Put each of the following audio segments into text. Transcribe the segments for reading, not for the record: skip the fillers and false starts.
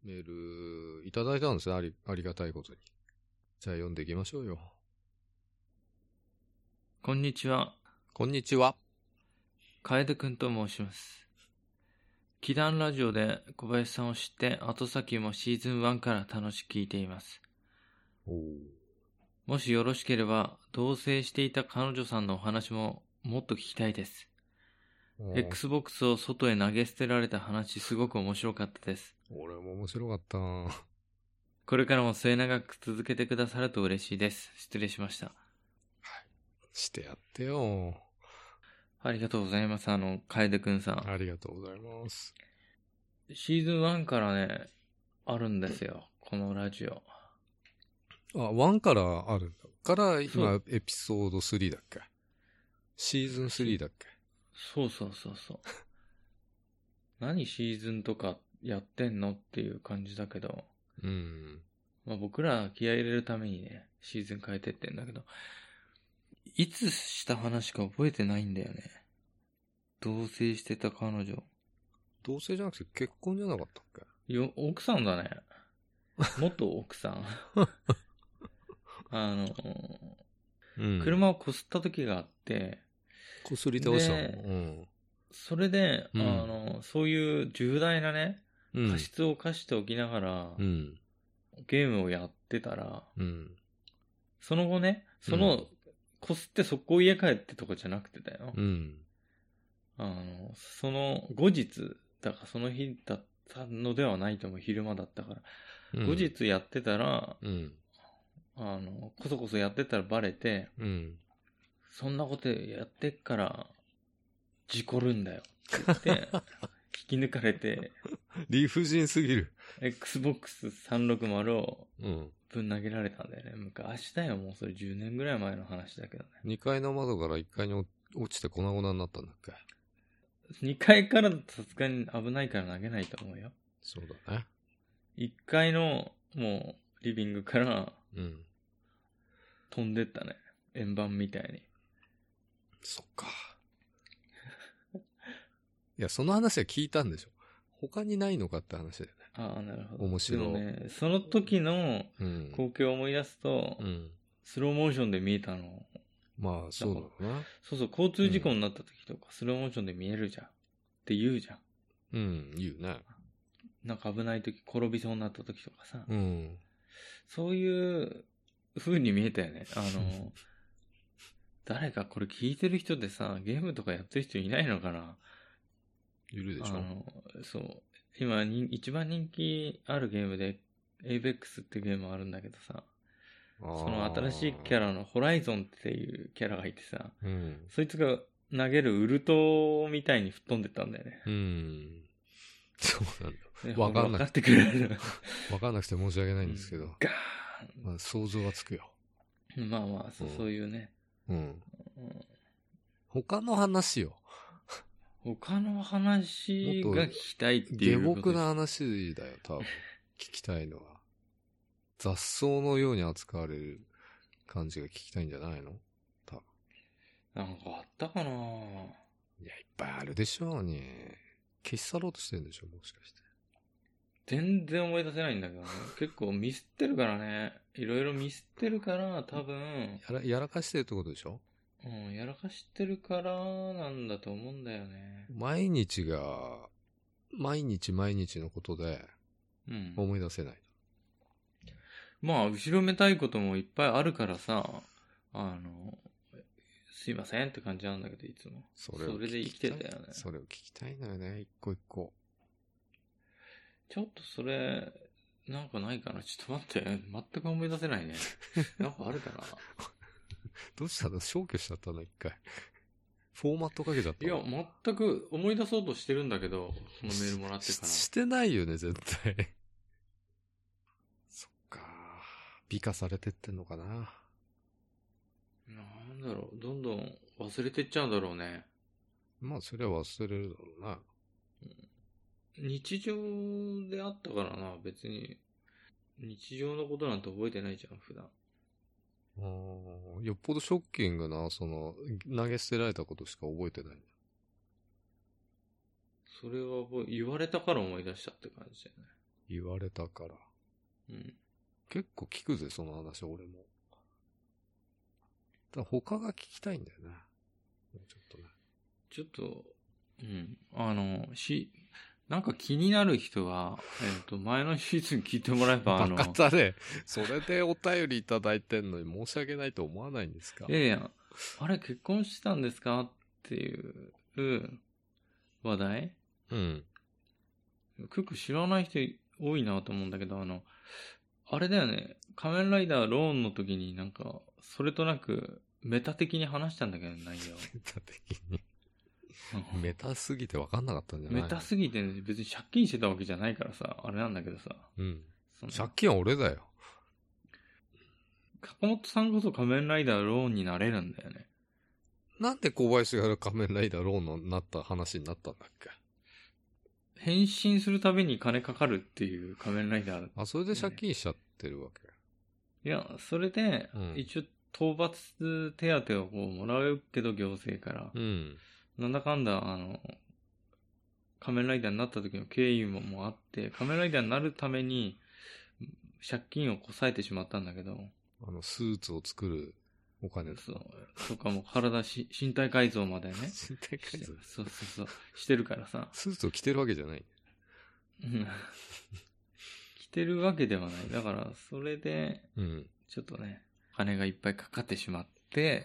メールいただいたんですね。ありがたいことに。じゃあ読んでいきましょうよ。 こんにちは。 こんにちは。 楓くんと申します。奇談ラジオで小林さんを知って後先もシーズン1から楽しく聞いています。もしよろしければ同棲していた彼女さんのお話ももっと聞きたいです。Xbox を外へ投げ捨てられた話すごく面白かったです。 俺も面白かったな。 これからも末永く続けてくださると嬉しいです。失礼しました。 してやってよ。 ありがとうございます。楓くんさん。 ありがとうございます。 シーズン1からね、あるんですよ。このラジオ。 あ、1からあるんだ。からそ今うエピソード3だっけ？シーズン3だっけ？ そう。何シーズンとかやってんのっていう感じだけど、 うん。 まあ僕ら気合い入れるためにね、シーズン変えてってんだけど、いつした話か覚えてないんだよね。同棲してた彼女。 同棲じゃなくて結婚じゃなかったっけ？ 奥さんだね。元奥さん。 うん。 車をこすった時があって、 こすり倒したの？ でそれで、 うん。 そういう重大なね、 うん。 過失を犯しておきながら、 うん。 ゲームをやってたら、 うん。 その後ね、こすって速攻家帰ってとかじゃなくてだよ。 うん。 その後日、だからその日だったのではないと思う、昼間だったから。 うん。 後日やってたら、 うん。 こそこそやってたらバレて、 うん。 そんなことやってっから、事故るんだよって言って、引き抜かれて、 理不尽すぎる。 Xbox 360をうん。 ぶん投げられたんだよね。昔だよ、もうそれ10年ぐらい前の話だけどね。 2階の窓から1階に落ちて粉々になったんだっけ？ 2階からだとさすがに危ないから投げないと思うよ。 そうだね。 1階の、もう、リビングからうん。 飛んでったね。円盤みたいに。 そっか。いや、その話は聞いたんでしょ。他にないのかって話だよね。 ああ、なるほど。 面白い。 でもね、その時の光景を思い出すと、 うん。 スローモーションで見えたの。 まあ、そうだろうな。 そうそう、交通事故になった時とか、スローモーションで見えるじゃん。って言うじゃん。 うん、言うね。 なんか危ない時、転びそうになった時とかさ。 うん。 そういう風に見えたよね。誰かこれ聞いてる人でさ、ゲームとかやってる人いないのかな？ いるでしょ。 そう。今一番人気あるゲームで、ABEX ってゲームあるんだけどさ、その新しいキャラのホライゾンっていうキャラがいてさ、 うん。 そいつが投げるウルトみたいに吹っ飛んでったんだよね。 うん。そうなんだ。 ねわかんなくて。 分かってくれる。 わかんなくて申し訳ないんですけど。 ガーン、 まあ、想像はつくよ。 まあまあ、そういうね。 うん。他の話よ。 他の話が聞きたいっていうこと。 下僕な話だよ、多分。聞きたいのは。雑草のように扱われる感じが聞きたいんじゃないの？多分。 なんかあったかな？ いや、いっぱいあるでしょうに。消し去ろうとしてるんでしょ、もしかして。 全然思い出せないんだけどね。結構ミスってるからね。いろいろミスってるから、多分。 やらかしてるってことでしょ？ うん、やらかしてるからなんだと思うんだよね。 毎日のことで、思い出せない。 まあ、後ろめたいこともいっぱいあるからさ、すいませんって感じなんだけど、いつも。それで生きてたよね。 それを聞きたいのよね、一個一個。 ちょっとそれ、なんかないかな。ちょっと待って。全く思い出せないね。なんかあるかな。 どうしたの？消去しちゃったの一回。フォーマットかけちゃったの？ いや、全く思い出そうとしてるんだけど、そのメールもらってから。 してないよね、絶対。そっか。美化されてってんのかな。 なんだろう、どんどん忘れてっちゃうんだろうね。 まあ、それは忘れるだろうな。 日常であったからな、別に。日常のことなんて覚えてないじゃん、普段。 よっぽどショッキングな、投げ捨てられたことしか覚えてない。 それは言われたから思い出したって感じだよね。 言われたから。 うん。 結構聞くぜ、その話、俺も。ただ他が聞きたいんだよね。もうちょっとね。 ちょっと、うん。なんか気になる人は、前のシーズン聞いてもらえば、 バカだね。それでお便りいただいてんのに申し訳ないと思わないんですか？ いやいや、あれ結婚したんですかっていう話題。 うん。 結構知らない人多いなと思うんだけど、あれだよね、仮面ライダーローンの時になんか、それとなく、メタ的に話したんだけど、内容。 メタ的に。メタすぎて分かんなかったんじゃないの？ メタすぎて、ね、別に借金してたわけじゃないからさ、あれなんだけどさ。 うん。借金は俺だよ。 坂本さんこそ仮面ライダーローンになれるんだよね。 なんで小林が仮面ライダーローンになった話になったんだっけ？ 変身するたびに金かかるっていう仮面ライダー、 あ、それで借金しちゃってるわけ。 いや、それで、一応、討伐手当をこうもらうけど、行政から。 うん。 なんだかんだ、仮面ライダーになった時の経緯もあって、仮面ライダーになるために、借金をこさえてしまったんだけど。 スーツを作るお金そう。とかも身体改造までね。 身体改造そう。してるからさ。 スーツを着てるわけじゃない。 着てるわけではない。だから、それで、 うん。 ちょっとね、金がいっぱいかかってしまって。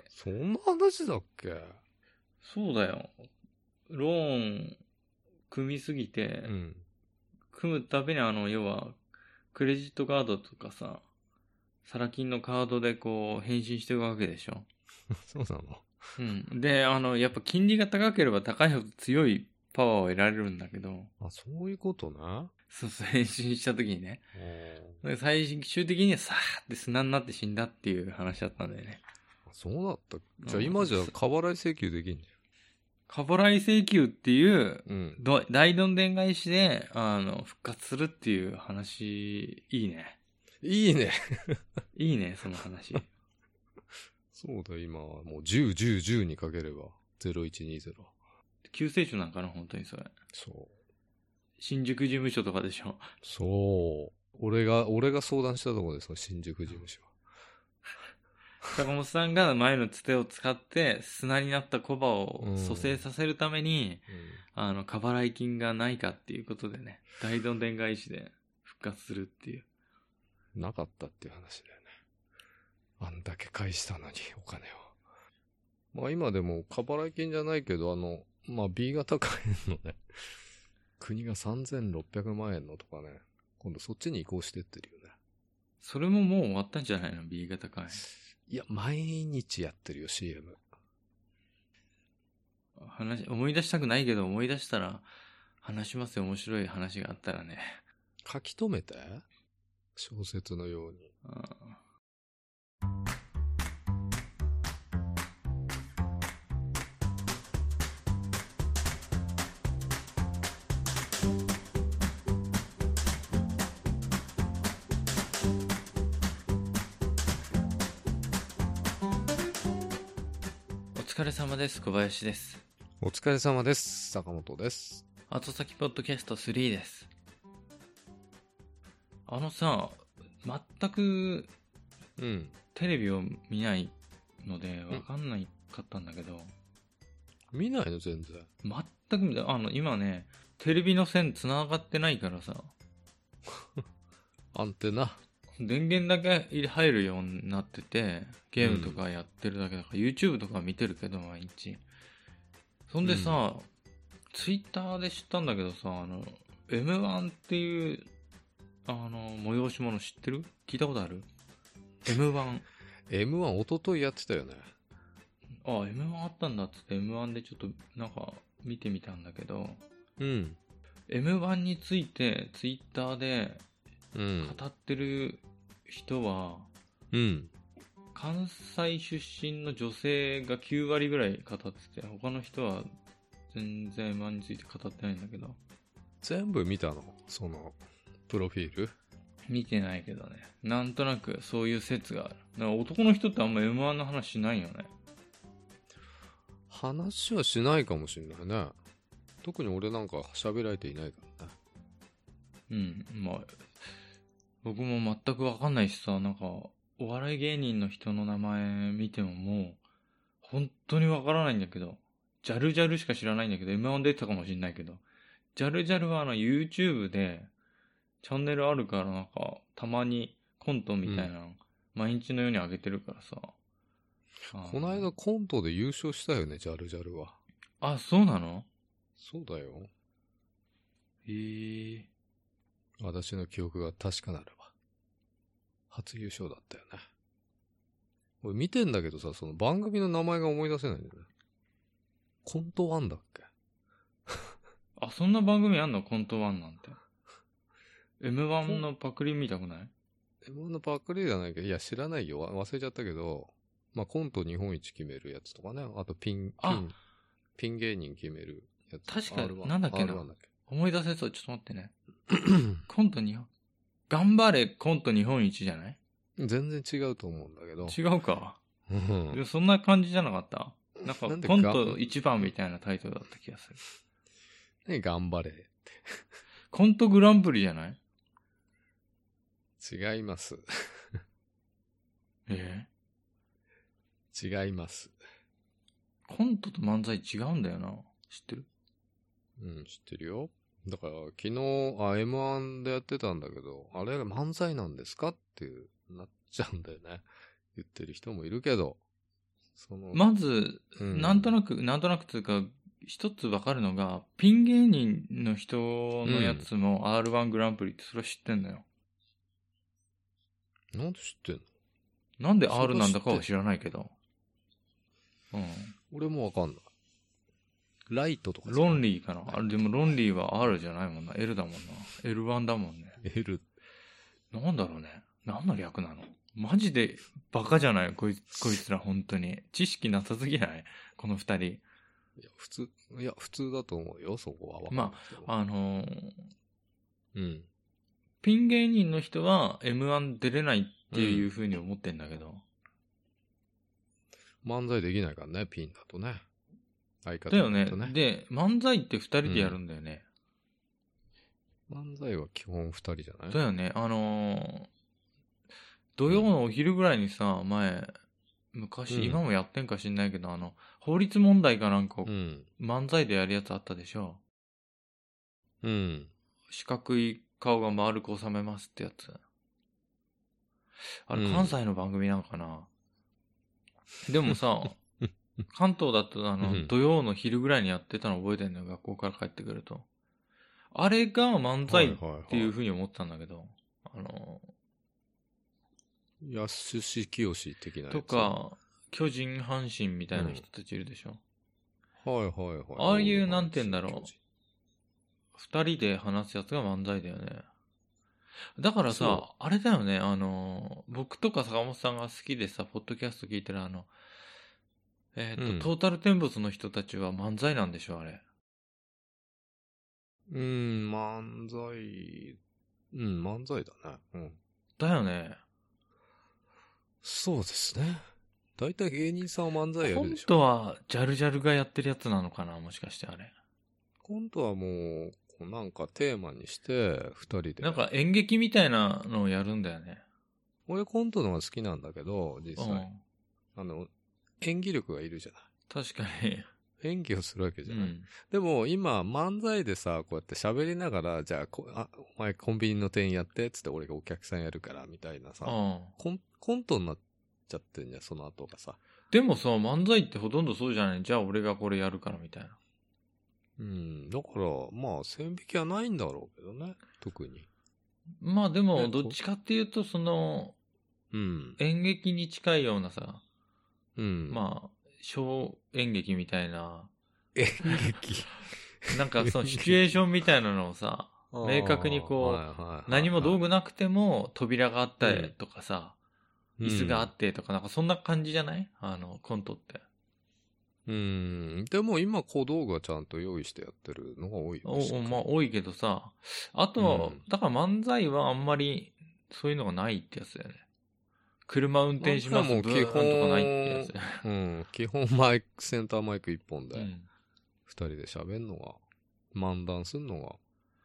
そんな話だっけ？ そうだよ。ローン、組みすぎて、 うん。 組むたびに要は、クレジットカードとかさ、サラ金のカードでこう、返信していくわけでしょ。 そうなの？ うん。で、やっぱ金利が高ければ高いほど強いパワーを得られるんだけど。 あ、そういうことな。 そう、返信した時にね。最終的にはさーって砂になって死んだっていう話だったんだよね。 そうだった。じゃあ今じゃ過払い請求できんじゃん。過払い請求っていう、 うん、 大どんでん返しで、復活するっていう話、いいね。 いいね。 いいね、その話。 そうだ、今はもう10、10、10にかければ、0120。 救世主なんかな、本当にそれ。 そう。 新宿事務所とかでしょ。 そう。俺が相談したところですよ、新宿事務所。 坂本さんが前のつてを使って砂になったコバを蘇生させるために、過払い金がないかっていうことでね、大どんでん返しで復活するっていう。 なかったっていう話だよね。あんだけ返したのに、お金を。まあ今でも過払い金じゃないけど、まあ B 型買えんのね。国が3600万円のとかね、今度そっちに移行してってるよね。 それももう終わったんじゃないの ?B 型会。 いや、毎日やってるよ、CM。 思い出したくないけど、思い出したら話しますよ。面白い話があったらね。 書き留めて小説のように。 お疲れ様です。小林です。 お疲れ様です。坂本です。 後先ポッドキャスト3です。さ、全く、テレビを見ないので分かんないかったんだけど。 見ないの全然。 全く見ない。今ね、テレビの線繋がってないからさ。 アンテナ。 電源だけ入るようになってて、ゲームとかやってるだけだから、YouTube とか見てるけど、毎日。そんでさ、Twitter で知ったんだけどさ、M1 っていう、催し物知ってる？聞いたことある？ M1。 M1 一昨日やってたよね。 あ、M1 あったんだっつって M1 でちょっとなんか見てみたんだけど、M1 について Twitter で語ってる人は、関西出身の女性が9割ぐらい語ってて、他の人は全然 M1 について語ってないんだけど。 全部見たの？そのプロフィール？ 見てないけどね。なんとなくそういう説がある。だから男の人ってあんま M1 の話しないよね。 話はしないかもしれないね。特に俺なんか喋られていないからね。 うん。まあ、僕も全くわかんないしさ、なんか、お笑い芸人の人の名前見てももう、本当にわからないんだけど、ジャルジャルしか知らないんだけど、M1 出てたかもしんないけど、ジャルジャルはYouTube で、チャンネルあるからなんか、たまにコントみたいなの、毎日のように上げてるからさ。 この間コントで優勝したよね、ジャルジャルは。 あ、そうなの？ そうだよ。 へえ。 私の記憶が確かならば。初優勝だったよね。俺見てんだけどさ、その番組の名前が思い出せないんだよね。コント1だっけ？ あ、そんな番組あんの？コント1なんて。M1 のパクリ見たくない？ M1 のパクリじゃないけど、いや知らないよ。忘れちゃったけど、まあコント日本一決めるやつとかね。あとピン芸人決めるやつ。 確かに、 なんだっけな。 R1 だっけ？ 思い出せそう。ちょっと待ってね。コント日本、頑張れコント日本一じゃない？ 全然違うと思うんだけど。 違うか。そんな感じじゃなかった？なんかコント一番みたいなタイトルだった気がする。 ね、頑張れって。 コントグランプリじゃない？ 違います。違います。 コントと漫才違うんだよな。知ってる？ うん、知ってるよ。だから、昨日、M1 でやってたんだけど、あれが漫才なんですかってなっちゃうんだよね。言ってる人もいるけど。 まず、なんとなくというか、一つわかるのが、ピン芸人の人のやつも R1 グランプリってそれは知ってんだよ。 なんで知ってんの？ なんで R なんだかは知らないけど。 俺もわかんない。ライトとか。 ロンリーかな。でもロンリーは R じゃないもんな。L だもんな。L1 だもんね。 L。 なんだろうね。何の略なの？マジでバカじゃない？こいつら本当に。知識なさすぎない？この二人。 いや、普通だと思うよ、そこは。 まあ、 うん。 ピン芸人の人は M1 出れないっていう風に思ってんだけど。 漫才できないからね、ピンだとね。 相方だよね。で、漫才って二人でやるんだよね。 漫才は基本二人じゃない？ だよね。土曜のお昼ぐらいにさ、昔、今もやってんか知んないけど、法律問題かなんかを漫才でやるやつあったでしょ。四角い顔が丸く収めますってやつ。あれ、関西の番組なのかな？でもさ、関東だと土曜の昼ぐらいにやってたの覚えてんのよ、学校から帰ってくると。あれが漫才っていう風に思ってたんだけど、 安志清的なやつとか、巨人阪神みたいな人たちいるでしょ。 ああいうなんて言うんだろう。二人で話すやつが漫才だよね。だからさ、あれだよね、僕とか坂本さんが好きでさ、ポッドキャスト聞いてるトータルテンボスの人たちは漫才なんでしょ、あれ。 漫才、漫才だね。 だよね。 そうですね。だいたい芸人さんは漫才やるでしょ。 コントはジャルジャルがやってるやつなのかな、もしかしてあれ。 コントはもう、なんかテーマにして、二人で。 なんか演劇みたいなのをやるんだよね。 俺コントの方が好きなんだけど、実際。演技力がいるじゃない。 確かに。 演技をするわけじゃない。でも今、漫才でさ、こうやって喋りながら、じゃあ、お前コンビニの店員やって、つって俺がお客さんやるから、みたいなさ、コントになっちゃってんじゃん、その後がさ。 でもさ、漫才ってほとんどそうじゃない？じゃあ俺がこれやるからみたいな。 だから、まあ、線引きはないんだろうけどね、特に。 まあでも、どっちかっていうと、演劇に近いようなさ、まあ、小演劇みたいな。 演劇なんかそのシチュエーションみたいなのをさ、明確に何も道具なくても扉があったりとかさ、椅子があってとか、なんかそんな感じじゃない？コントって。 でも今小道具はちゃんと用意してやってるのが多いよね。 まあ多いけどさ、あと、だから漫才はあんまりそういうのがないってやつだよね。車運転します、ブーンとかないってやつ。 基本センターマイク一本で、二人で喋るのが、漫談するのが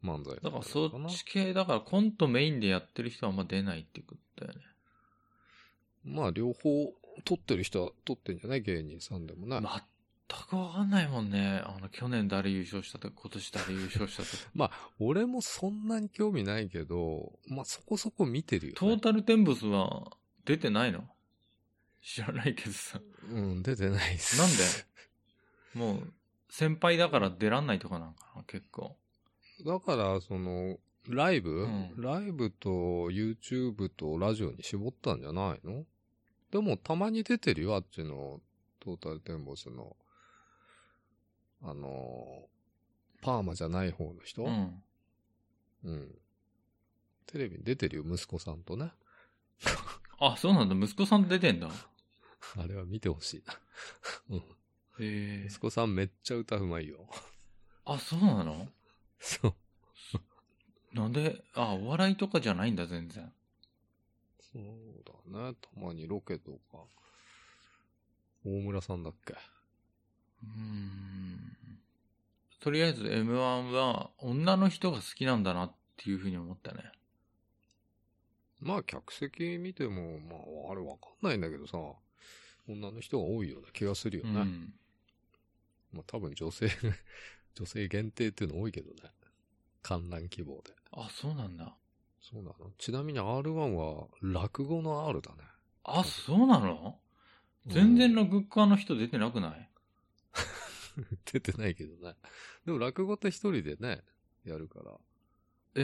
漫才だからそっち系、だからコントメインでやってる人はあんま出ないってことだよね。 まあ両方撮ってる人は撮ってんじゃない芸人さんでもね。 全くわかんないもんね。去年誰優勝したとか、今年誰優勝したとか。 まあ、俺もそんなに興味ないけど、まあそこそこ見てるよ、ね。 トータルテンボスは出てないの？知らないけどさ。 うん、出てないっす。 なんで？もう、先輩だから出らんないとかなんかな、結構。 だから、ライブと YouTube とラジオに絞ったんじゃないの？でも、たまに出てるよ、あっちの、トータルテンボスの、パーマじゃない方の人？うん。テレビに出てるよ、息子さんとね。 あ、そうなんだ、息子さん出てんだ。 あれは見てほしいな。うん。 へえ。 息子さんめっちゃ歌うまいよ。 あ、そうなの？ そう。 なんで、お笑いとかじゃないんだ、全然。 そうだね。たまにロケとか。大村さんだっけ？ とりあえず M1 は女の人が好きなんだなっていうふうに思ったね。 まあ客席見ても、まああれわかんないんだけどさ、女の人が多いような気がするよね。まあ多分女性限定っていうの多いけどね。観覧希望で。 あ、そうなんだ。 そうなの。ちなみに R1 は落語の R だね。 あ、そうなの？全然落語家の人出てなくない？ 出てないけどね。でも落語って一人でね、やるから。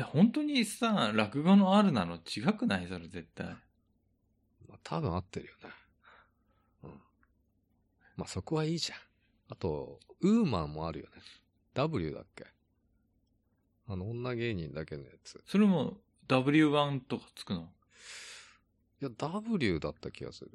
本当にさ、落語の R なの？違くない？それ絶対。 まあ多分合ってるよね。うん。まあそこはいいじゃん。あと、ウーマンもあるよね。W だっけ？女芸人だけのやつ。 それも W1 とかつくの？ いや、W だった気がする。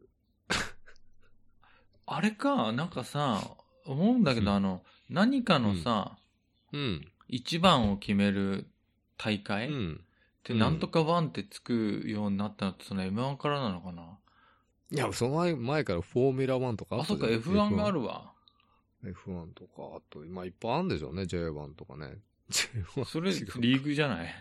あれか、なんかさ、思うんだけど、何かのさ、一番を決める大会、ってなんとか1ってつくようになったのって、その M1 からなのかな？ いや、その前からフォーミュラ1とかあったじゃん。 あ、そっか、F1 があるわ。 F1 とか、あと、まあいっぱいあるんでしょうね、J1 とかね。 J1 それ、リーグじゃない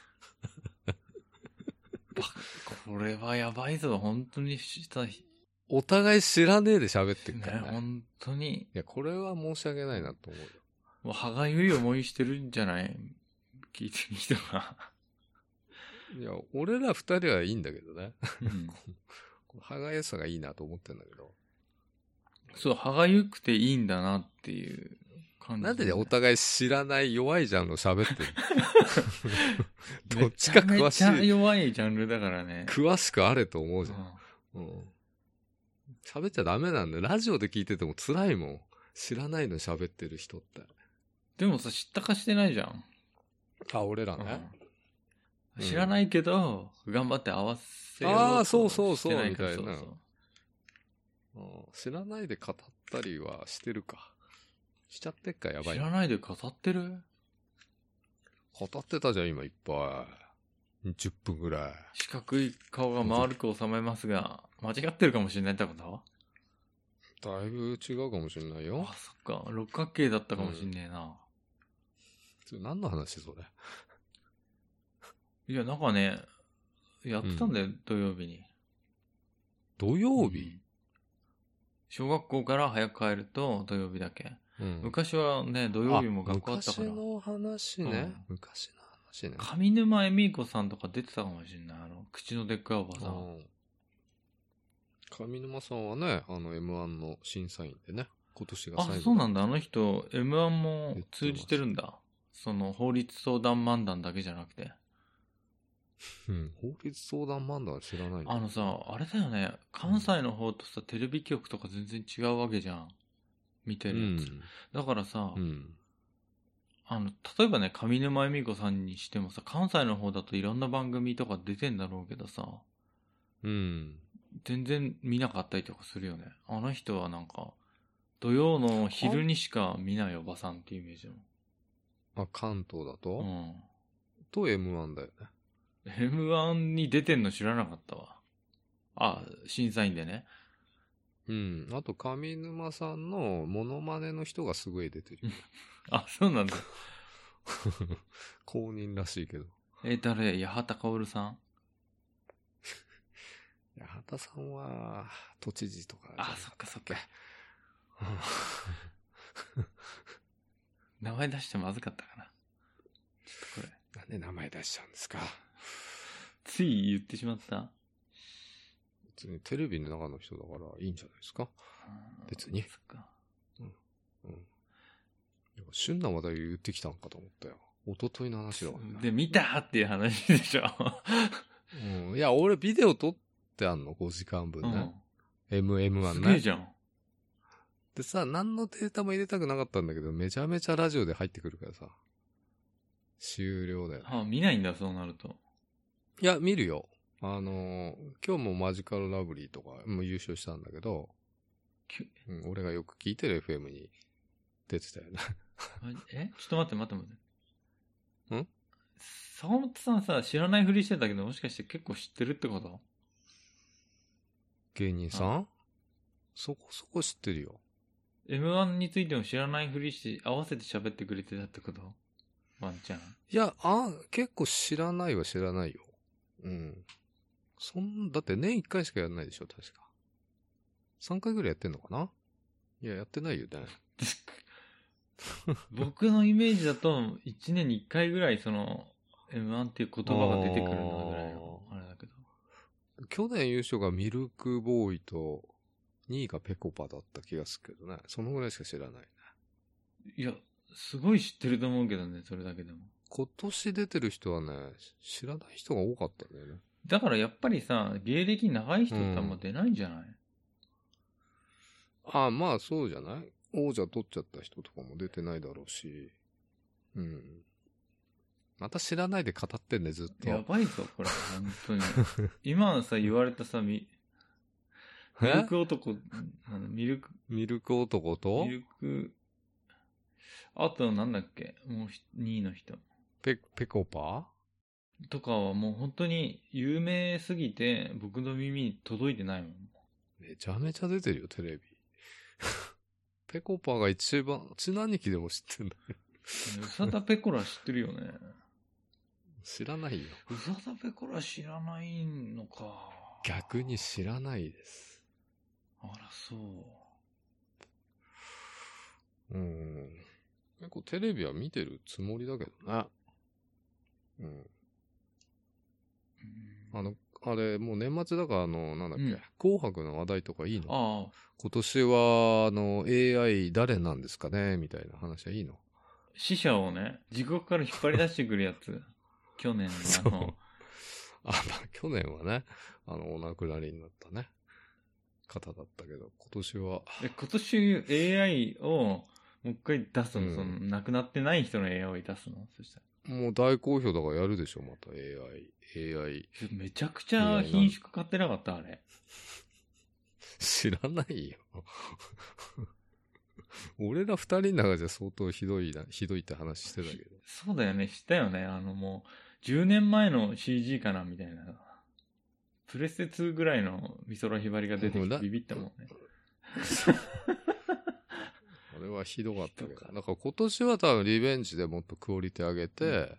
これはやばいぞ、本当にしたお互い知らねえで喋ってるからね。本当に。いや、これは申し訳ないなと思うよ。 もう歯がゆい思いしてるんじゃない？聞いてる人が。 いや、俺ら二人はいいんだけどね。歯がゆさがいいなと思ってんだけど。 そう、歯がゆくていいんだなっていう感じ、 なんでお互い知らない弱いジャンルを喋ってるの？どっちか詳しい。 めっちゃ弱いジャンルだからね。 詳しくあれと思うじゃん。喋っちゃダメなんだよ。ラジオで聞いてても辛いもん。知らないの喋ってる人って。 でもさ、知ったかしてないじゃん。 あ、俺らね。 知らないけど、頑張って合わせようとしてないから。 そうみたいな。知らないで語ったりはしてるか。しちゃってっか、やばい。 知らないで語ってる？ 語ってたじゃん、今いっぱい。10分ぐらい。 四角い顔が丸く収めますが、間違ってるかもしれないってこと？ だいぶ違うかもしれないよ。 あ、そっか。六角形だったかもしんねえな。 それ何の話それ？ いや、なんかね、やってたんだよ、土曜日に。 土曜日？ 小学校から早く帰ると土曜日だけ。昔はね、土曜日も学校あったから。 昔の話ね。昔の話ね。 上沼恵美子さんとか出てたかもしれない。口のでっかいおばさん。 上沼さんはね、M1 の審査員でね、今年が最後。 あ、そうなんだ。あの人、M1 も通じてるんだ。その、法律相談漫談だけじゃなくて。 法律相談漫談は知らないんだ。 さ、あれだよね。関西の方とさ、テレビ局とか全然違うわけじゃん。見てるやつ。だからさ、例えばね、上沼恵美子さんにしてもさ、関西の方だといろんな番組とか出てんだろうけどさ、全然見なかったりとかするよね。あの人はなんか、土曜の昼にしか見ないおばさんっていうイメージの。 あ、関東だと？と M1 だよね。 M1 に出てんの知らなかったわ。あ、審査員でね。 あと上沼さんのモノマネの人がすごい出てる。 あ、そうなんだ。 公認らしいけど。 誰？八幡薫さん？ 八幡さんは、都知事とか。 あ、そっかそっか。名前出してまずかったかな。ちょっとこれ。 なんで名前出しちゃうんですか。 つい言ってしまった。 別にテレビの中の人だからいいんじゃないですか。別に。 そっか。 旬な話題言ってきたんかと思ったよ。一昨日の話だからね。 で、見たっていう話でしょ。 いや、俺ビデオ撮ってあんの、5時間分ね。MM1 ね。 すげえじゃん。 でさ、何のデータも入れたくなかったんだけど、めちゃめちゃラジオで入ってくるからさ。終了だよ。 見ないんだ、そうなると。 いや、見るよ。今日もマジカルラブリーとか、もう優勝したんだけど、俺がよく聞いてる FM に出てたよね。 ちょっと待って。 ん？ 坂本さんさ、知らないふりしてたけど、もしかして結構知ってるってこと？ 芸人さん？そこそこ知ってるよ。 M1 についても知らないふりして合わせて喋ってくれてたってこと？ワンちゃん。 いや、結構知らないは知らないよ。うん。だって年1回しかやんないでしょ、確か。3回ぐらいやってんのかな？いや、やってないよね。 僕のイメージだと、1年に1回ぐらいM1 っていう言葉が出てくるのぐらいの、あれだけど。 去年優勝がミルクボーイと、2位がペコパだった気がするけどね。そのぐらいしか知らないね。 いや、すごい知ってると思うけどね、それだけでも。 今年出てる人はね、知らない人が多かったんだよね。 だからやっぱりさ、芸歴長い人ってあんま出ないんじゃない？ まあそうじゃない？王者取っちゃった人とかも出てないだろうし。うん。また知らないで語ってんね、ずっと。 やばいぞ、これ、本当に。今さ、言われたさ、ミルク男、ミルク男とミルク、あとなんだっけ、もう2位の人。 ペコパとかはもう本当に有名すぎて、僕の耳に届いてないもん。 めちゃめちゃ出てるよ、テレビ。ペコパが一番、ちなにきでも知ってんだよ。 うさたペコラ知ってるよね。 知らないよ。 うさたペコラ知らないのか。 逆に知らないです。 あら、そう。 結構テレビは見てるつもりだけどね。あれ、もう年末だからなんだっけ、紅白の話題とかいいの？今年は、AI 誰なんですかねみたいな話はいいの？ 死者をね、地獄から引っ張り出してくるやつ。去年の去年はね、お亡くなりになったね、方だったけど、今年は。 今年 AI をもう一回出すの、亡くなってない人の AI を出すの？そしたら。 もう大好評だからやるでしょ、また AI。 めちゃくちゃ品種買ってなかった、あれ。 知らないよ。俺ら二人の中じゃ相当ひどいって話してたけど。 そうだよね、知ったよね。もう、10年前の CG かな、みたいな。プレステ2ぐらいの美空ひばりが出てきてビビったもんね。 あれはひどかったけど。だから今年は多分リベンジでもっとクオリティ上げて、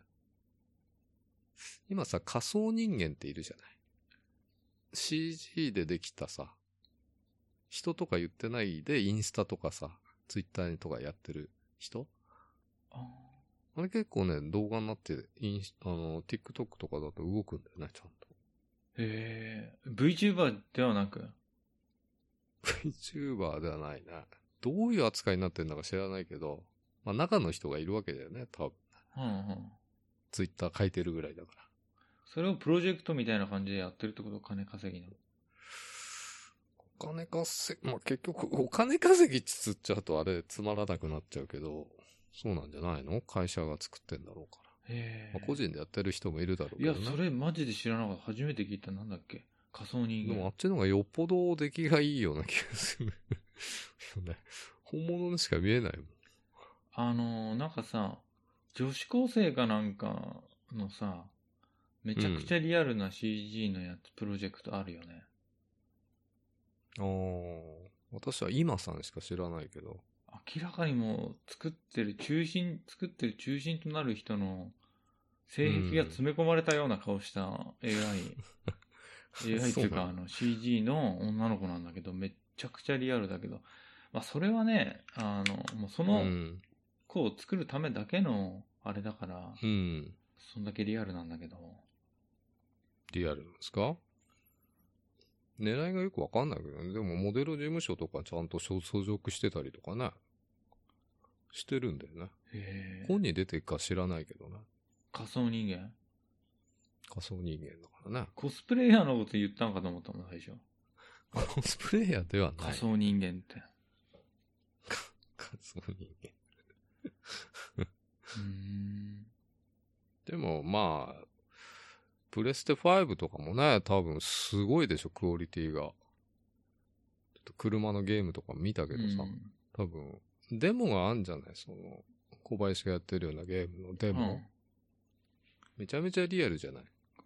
今さ、仮想人間っているじゃない。CG でできたさ、人とか言ってないでインスタとかさ、ツイッターとかやってる人？あれ結構ね、動画になって、TikTok とかだと動くんだよね、ちゃんと。 へぇー。VTuber ではなく？ VTuber ではないね。どういう扱いになってるのか知らないけど、まあ中の人がいるわけだよね、多分。ツイッター書いてるぐらいだから。 それをプロジェクトみたいな感じでやってるってこと？金稼ぎの。 まあ、結局、お金稼ぎってつっちゃうとあれつまらなくなっちゃうけど、そうなんじゃないの？会社が作ってんだろうから。まあ、個人でやってる人もいるだろうけどね。 いや、それマジで知らなかった。初めて聞いた。なんだっけ？仮想人間。 でもあっちの方がよっぽど出来がいいような気がする。ね、本物にしか見えないもん。 なんかさ、女子高生かなんかのさ、めちゃくちゃリアルな CG のやつ、プロジェクトあるよね。 私は今さんしか知らないけど。 明らかにもう作ってる中心となる人の性癖が詰め込まれたような顔した AI っていうかCG の女の子なんだけど、めっちゃくちゃリアルだけど、まあそれはね、もうその子を作るためだけのあれだから、そんだけリアルなんだけど。 リアルなんですか？狙いがよくわかんないけどね。でもモデル事務所とかちゃんと所属してたりとかね。してるんだよね。本に出てるか知らないけどね。 仮想人間だからね。 コスプレイヤーのこと言ったのかと思ったもん、最初。 コスプレイヤーではない。 仮想人間って。 仮想人間。でもまあ、プレステ5とかもね、多分すごいでしょ、クオリティが。ちょっと車のゲームとか見たけどさ、多分、デモがあんじゃない？その、小林がやってるようなゲームのデモ。めちゃめちゃリアルじゃない？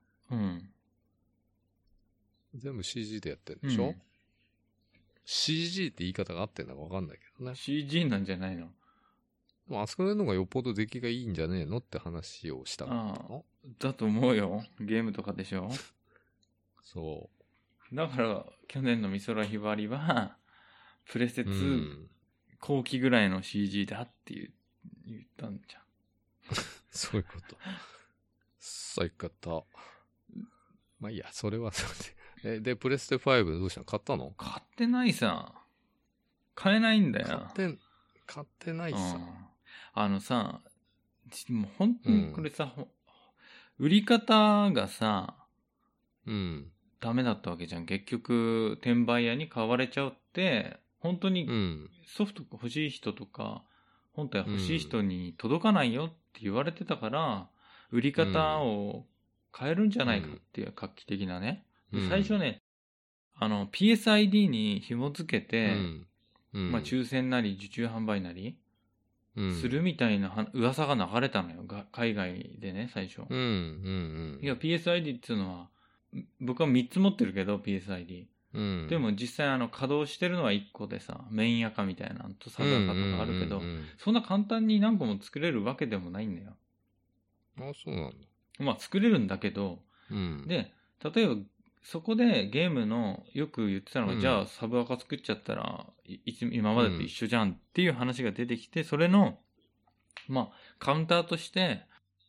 全部 CG でやってるでしょ、CG って言い方が合ってんのかわかんないけどね。 CG なんじゃないの？ あそこでのがよっぽど出来がいいんじゃねえのって話をしたの。 だと思うよ。ゲームとかでしょそう。 だから、去年の美空ひばりは、プレステ2後期ぐらいの CG だって言ったんじゃん。 そういうこと。そういうこと。まあいいや、それはそれで。で、プレステ5どうしたの？買ったの？ 買ってないさ。買えないんだよ。 買ってないさ。 さ、もう本当にこれさ、売り方がさ、ダメだったわけじゃん。結局、転売屋に買われちゃうって、本当にソフト欲しい人とか、本体欲しい人に届かないよって言われてたから、売り方を変えるんじゃないかっていう画期的なね。最初ね、PSID に紐付けて、まあ抽選なり受注販売なり、するみたいな噂が流れたのよ。海外でね、最初。いや、PSID っていうのは、僕は3つ持ってるけど、PSID。でも実際稼働してるのは1個でさ、メインアカみたいなのとサブアカとかあるけど、そんな簡単に何個も作れるわけでもないんだよ。 あ、そうなんだ。 まあ作れるんだけど、で、例えばそこでゲームのよく言ってたのが、じゃあサブアカ作っちゃったら今までと一緒じゃんっていう話が出てきて、それのまあカウンターとして、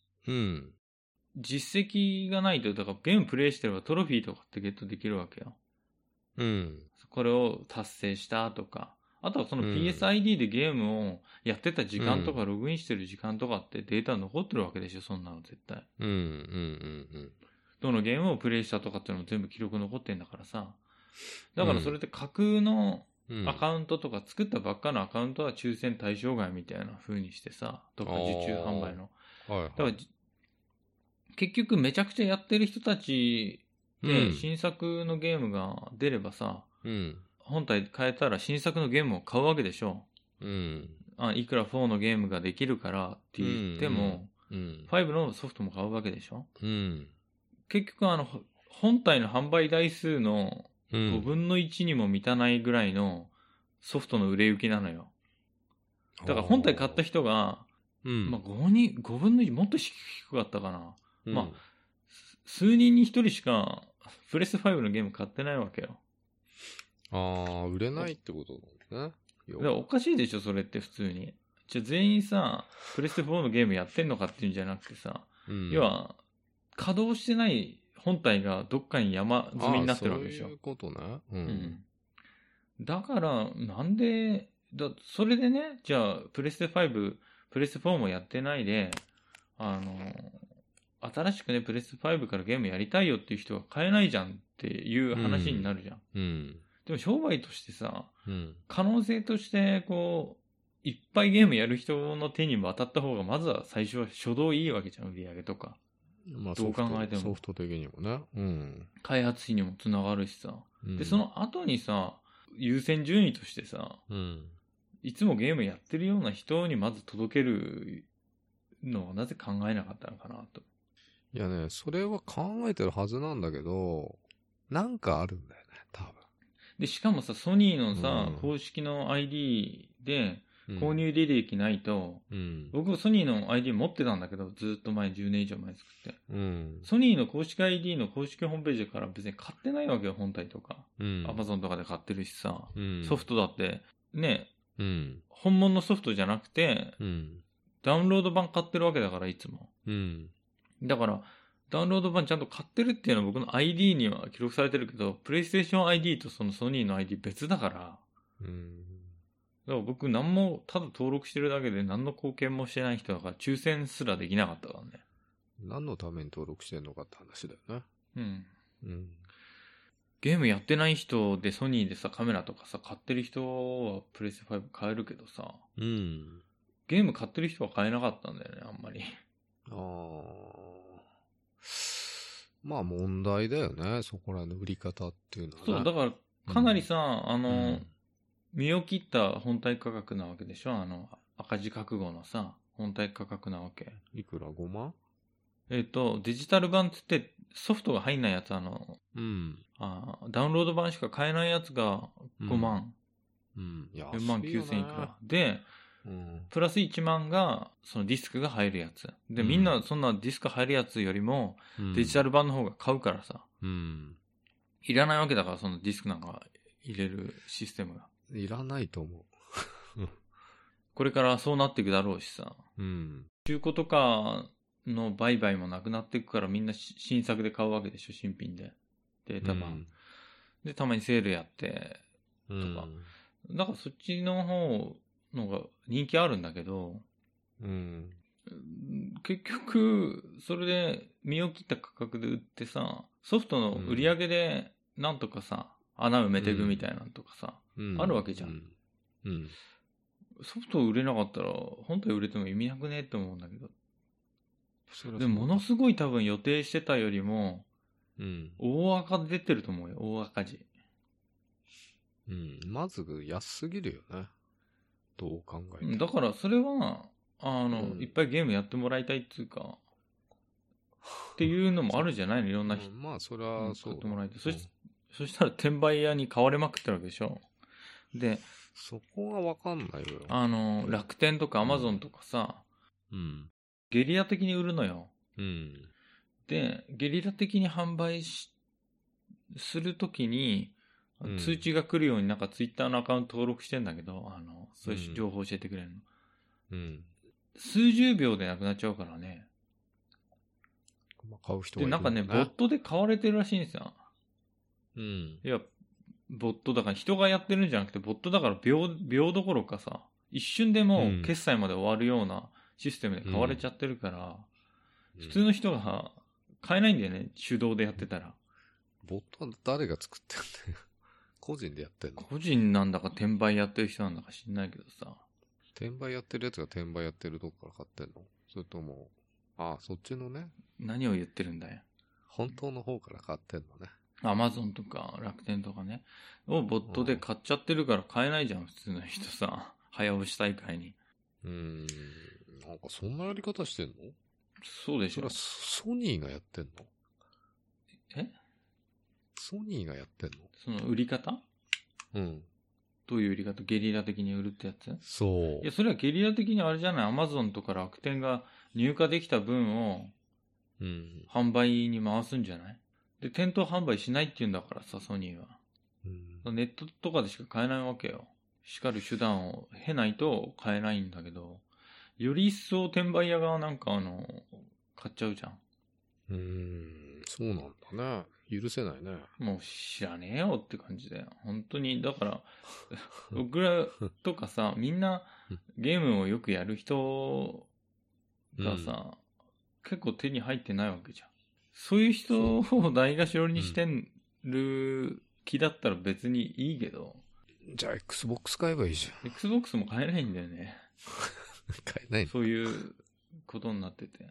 実績がないと、だからゲームプレイしてればトロフィーとかってゲットできるわけよ。これを達成したとか、あとはその PSID でゲームをやってた時間とか、ログインしてる時間とかってデータ残ってるわけでしょ、そんなの絶対。どのゲームをプレイしたとかっていうのも全部記録残ってんだからさ。だからそれって架空のアカウントとか、作ったばっかのアカウントは抽選対象外みたいな風にしてさ、とか受注販売の。だから結局めちゃくちゃやってる人たちで新作のゲームが出ればさ、本体変えたら新作のゲームを買うわけでしょ。いくら4のゲームができるからって言っても、5のソフトも買うわけでしょ。結局本体の販売台数の5分の1にも満たないぐらいのソフトの売れ行きなのよ。だから本体買った人が、まあ5分の1もっと低かったかな。まあ、数人に1人しかプレス5のゲーム買ってないわけよ。 売れないってことだね。 だからおかしいでしょ、それって普通に。じゃあ全員さ、プレステ4のゲームやってんのかっていうんじゃなくてさ、要は、稼働してない本体がどっかに山積みになってるわけでしょ。 そういうことね。 だから、なんで、それでね、じゃあ、プレステ5、プレステ4もやってないで、新しくね、プレステ5からゲームやりたいよっていう人が買えないじゃんっていう話になるじゃん。でも商売としてさ、可能性としてこういっぱいゲームやる人の手に渡った方がまずは最初は初動いいわけじゃん、売り上げとか。 まあ、 どう考えてもソフト的にもね。 開発費にもつながるしさ。で、その後にさ、優先順位としてさ、いつもゲームやってるような人にまず届けるのはなぜ考えなかったのかなと。 いやね、それは考えてるはずなんだけど、なんかあるんだよね、多分。 で、しかもさ、ソニーのさ、公式の ID で、 購入履歴ないと、僕ソニーの ID 持ってたんだけど、ずっと前、10年以上前作って。ソニーの公式 ID の公式ホームページから別に買ってないわけよ、本体とか。Amazon とかで買ってるしさ。ソフトだって、ね、本物のソフトじゃなくて、ダウンロード版買ってるわけだから、いつも。だから、ダウンロード版ちゃんと買ってるっていうのは僕の ID には記録されてるけど、プレイステーション ID とそのソニーの ID 別だから、だから僕何もただ登録してるだけで何の貢献もしてない人だから抽選すらできなかったからね。 何のために登録してんのかって話だよね。 ゲームやってない人でソニーでさカメラとかさ買ってる人はプレステ5買えるけどさ、ゲーム買ってる人は買えなかったんだよね、あんまり。 まあ問題だよね、そこらの売り方っていうのはね。 そう、だからかなりさ、身を切った本体価格なわけでしょ、赤字覚悟のさ、本体価格なわけ。 いくら 5 万？ デジタル版って言ってソフトが入んないやつ、ダウンロード版しか買えないやつが5万。4万9千いくら。で、プラス1万がそのディスクが入るやつ。で、みんなそんなディスク入るやつよりもデジタル版の方が買うからさ。いらないわけだから、そのディスクなんか入れるシステムが。 いらないと思う。 これからそうなっていくだろうしさ。中古とかの売買もなくなっていくからみんな新作で買うわけでしょ、新品で。データ版。で、たまにセールやって、とか。だからそっちの方のが人気あるんだけど、結局、それで身を切った価格で売ってさ、ソフトの売り上げでなんとかさ、穴埋めていくみたいなのとかさ、あるわけじゃん。ソフト売れなかったら、本体売れても意味なくねって思うんだけど。でも、ものすごい多分予定してたよりも、大赤出てると思うよ、大赤字。 まず安すぎるよね。どう考えても。 だからそれは、いっぱいゲームやってもらいたいっていうか、っていうのもあるじゃないの、いろんな人。 まあ、それはそう。 買ってもらいたい。そしたら転売屋に買われまくってるわけでしょ。で、 そこがわかんないよ。 楽天とかアマゾンとかさ、ゲリラ的に売るのよ。で、ゲリラ的に販売するときに、通知が来るようになんかツイッターのアカウント登録してんだけど、そういう情報教えてくれるの。数十秒でなくなっちゃうからね。 買う人がいるで、なんかね、ボットで買われてるらしいんですよ。いや、ボットだから人がやってるんじゃなくて、ボットだから秒どころかさ、一瞬でもう決済まで終わるようなシステムで買われちゃってるから、普通の人が買えないんだよね、手動でやってたら。 ボットは誰が作ってんだよ。個人でやってんの？ 個人なんだか転売やってる人なんだか知んないけどさ。 転売やってるやつが転売やってるとこから買ってんの？それとも、そっちのね。 何を言ってるんだよ。 本当の方から買ってんのね。 アマゾンとか楽天とかね。をボットで買っちゃってるから買えないじゃん、普通の人さ。早押し大会に。 なんかそんなやり方してんの？ そうでしょ。 それはソニーがやってんの？ソニーがやってんの？ その売り方？どういう売り方？ゲリラ的に売るってやつ？ そう。 いや、それはゲリラ的にあれじゃない。アマゾンとか楽天が入荷できた分を、販売に回すんじゃない？で、店頭販売しないって言うんだからさ、ソニーは。ネットとかでしか買えないわけよ。しかる手段を経ないと買えないんだけど、より一層転売屋がなんか買っちゃうじゃん。 そうなんだね。許せないね。 もう知らねえよって感じだよ。本当に、だから、僕らとかさ、みんなゲームをよくやる人がさ、結構手に入ってないわけじゃん。そういう人を大頭にしてる気だったら別にいいけど。 じゃあ Xbox 買えばいいじゃん。 Xbox も買えないんだよね。 買えない。 そういうことになってて。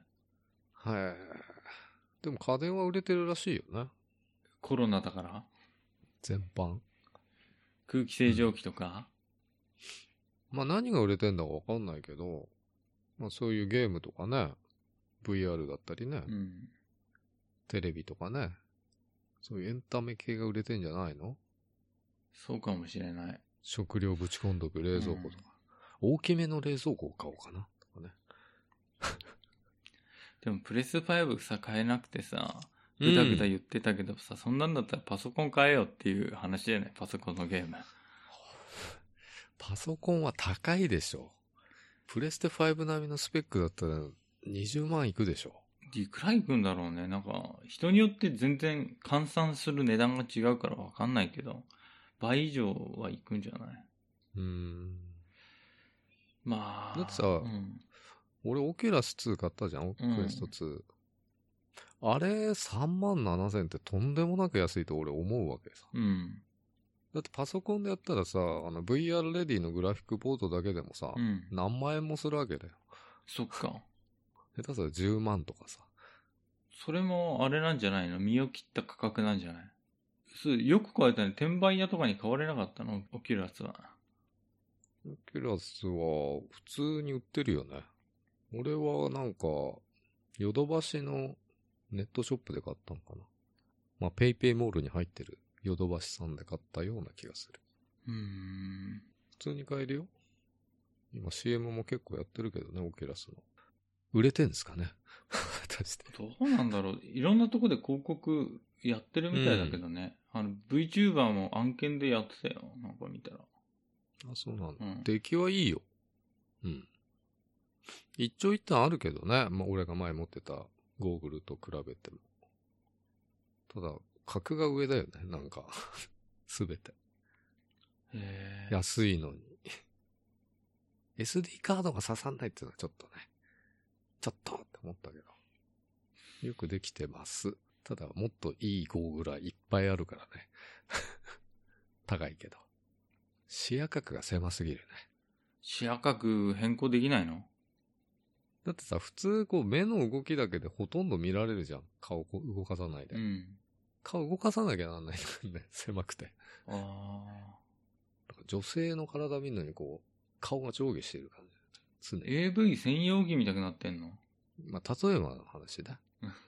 でも家電は売れてるらしいよね。 コロナだから全般。 空気清浄機とか、 まあ何が売れてんだかわかんないけど、まあそういうゲームとかね、VR だったりね、テレビとかね、そういうエンタメ系が売れてんじゃないの？ そうかもしれない。 食料ぶち込んどく冷蔵庫とか。 大きめの冷蔵庫を買おうかな。とかね。 でもプレス5さ、買えなくてさ、ぐだぐだ言ってたけどさ、そんなんだったらパソコン買えよっていう話じゃない、パソコンのゲーム。 パソコンは高いでしょ。プレステ5並みのスペックだったら20万いくでしょ。 いくらいくんだろうね。なんか、人によって全然換算する値段が違うからわかんないけど、倍以上はいくんじゃない？まあ。 だってさ、俺オキュラス2買ったじゃん、クエスト2。あれ3万7千ってとんでもなく安いと俺思うわけさ。だってパソコンでやったらさ、VR レディのグラフィックボードだけでもさ、何万円もするわけだよ。 そっか。 下手すら10万とかさ。 それもあれなんじゃないの？身を切った価格なんじゃない？よく買えたね。転売屋とかに買われなかったの？オキュラスは。 オキュラスは普通に売ってるよね。俺はなんか、ヨドバシのネットショップで買ったのかな。まあ、ペイペイモールに入ってるヨドバシさんで買ったような気がする。普通に買えるよ。今 CM も結構やってるけどね、オキュラスの。売れてんですかね。 どうなんだろう。いろんなとこで広告やってるみたいだけどね。VTuber も案件でやってたよ。なんか見たら。 あ、そうなんだ。出来はいいよ。一長一短あるけどね。まあ、俺が前持ってたゴーグルと比べても。ただ、格が上だよね。なんか、すべて。安いのに。SD カードが刺さんないっていうのはちょっとね。ちょっとって思ったけど。よくできてます。ただ、もっといいゴーグルはいっぱいあるからね。高いけど。視野角が狭すぎるね。 視野角変更できないの？ だってさ、普通こう目の動きだけでほとんど見られるじゃん。顔動かさないで。顔動かさなきゃなんないんだね。狭くて。女性の体見るのにこう、顔が上下してる感じ。常に。 AV 専用機見たくなってんの？ まあ、例えばの話だ。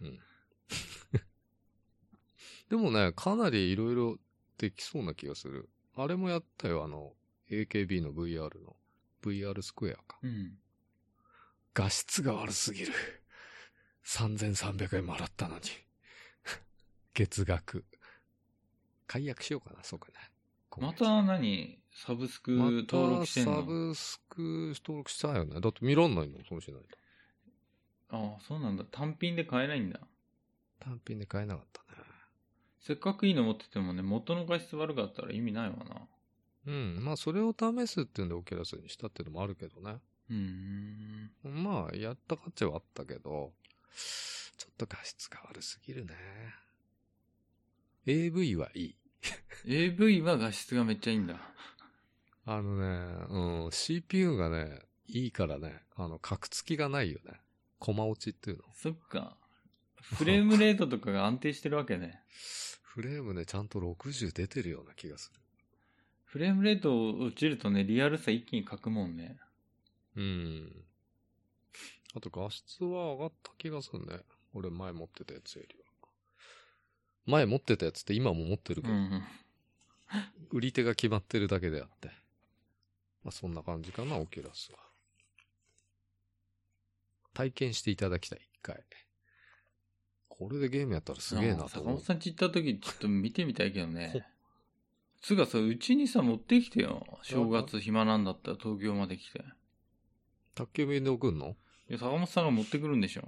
でもね、かなりいろいろできそうな気がする。あれもやったよ、AKB の VR の。VR スクエアか。画質が悪すぎる。3300円も払ったのに。月額。解約しようかな、そうかね。 また何？サブスク登録してんの？ またサブスク登録したよね。だって見らんないの、そうしないと。 ああ、そうなんだ。単品で買えないんだ。 単品で買えなかったね。 せっかくいいの持っててもね、元の画質悪かったら意味ないわな。 まあそれを試すっていうんでオキュラスにしたっていうのもあるけどね。まあやった価値はあったけど、ちょっと画質が悪すぎるね。AV はいい。 AV は画質がめっちゃいいんだ。 CPU がね、いいからね、カクつきがないよね。コマ落ちっていうの。 そっか。フレームレートとかが安定してるわけね。 フレームね、ちゃんと60出てるような気がする。 フレームレート落ちるとね、リアルさ一気に欠くもんね。 あと画質は上がった気がするね。俺前持ってたやつよりは。前持ってたやつって今も持ってるけど。売り手が決まってるだけであって。まあそんな感じかな、オキュラスは。体験していただきたい、一回。これでゲームやったらすげえなと思う。 坂本さんち行った時ちょっと見てみたいけどね。つうかさ、うちにさ、持ってきてよ。正月暇なんだったら東京まで来て。 宅急便で送んの？ いや、坂本さんが持ってくるんでしょ。